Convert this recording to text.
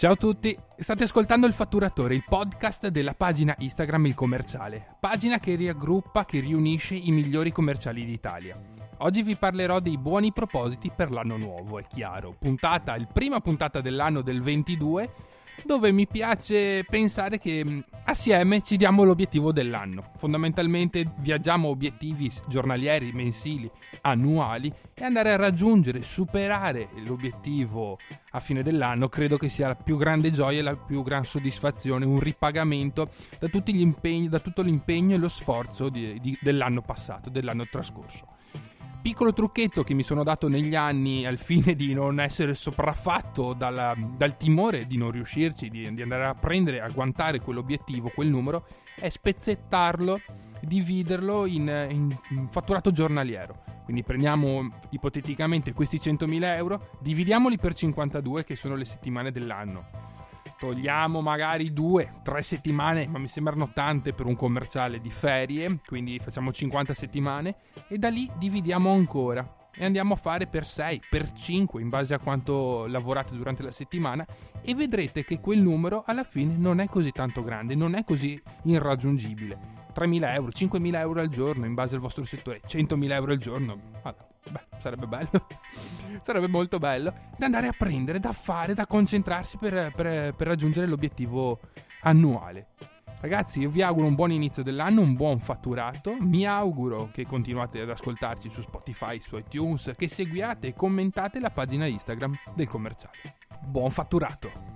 Ciao a tutti, state ascoltando Il Fatturatore, il podcast della pagina Instagram Il Commerciale, pagina che raggruppa, che riunisce i migliori commerciali d'Italia. Oggi vi parlerò dei buoni propositi per l'anno nuovo, è chiaro, prima puntata dell'anno del 22, dove mi piace pensare che assieme ci diamo l'obiettivo dell'anno. Fondamentalmente viaggiamo a obiettivi giornalieri, mensili, annuali e andare a raggiungere, superare l'obiettivo a fine dell'anno credo che sia la più grande gioia e la più gran soddisfazione, un ripagamento da tutti gli impegni, da tutto l'impegno e lo sforzo dell'anno passato, dell'anno trascorso. Piccolo trucchetto che mi sono dato negli anni al fine di non essere sopraffatto dal timore di non riuscirci, di andare a prendere, a agguantare quell'obiettivo, quel numero, è spezzettarlo, dividerlo in fatturato giornaliero. Quindi prendiamo ipoteticamente questi 100.000 euro, dividiamoli per 52 che sono le settimane dell'anno. Togliamo magari 2-3 settimane, ma mi sembrano tante per un commerciale di ferie, quindi facciamo 50 settimane e da lì dividiamo ancora e andiamo a fare per 6, per 5 in base a quanto lavorate durante la settimana e vedrete che quel numero alla fine non è così tanto grande, non è così irraggiungibile. 3.000 euro, 5.000 euro al giorno in base al vostro settore, 100.000 euro al giorno, sarebbe bello, sarebbe molto bello da andare a prendere, da fare, da concentrarsi per raggiungere l'obiettivo annuale. Ragazzi, io vi auguro un buon inizio dell'anno, un buon fatturato, mi auguro che continuate ad ascoltarci su Spotify, su iTunes, che seguiate e commentate la pagina Instagram del Commerciale. Buon fatturato!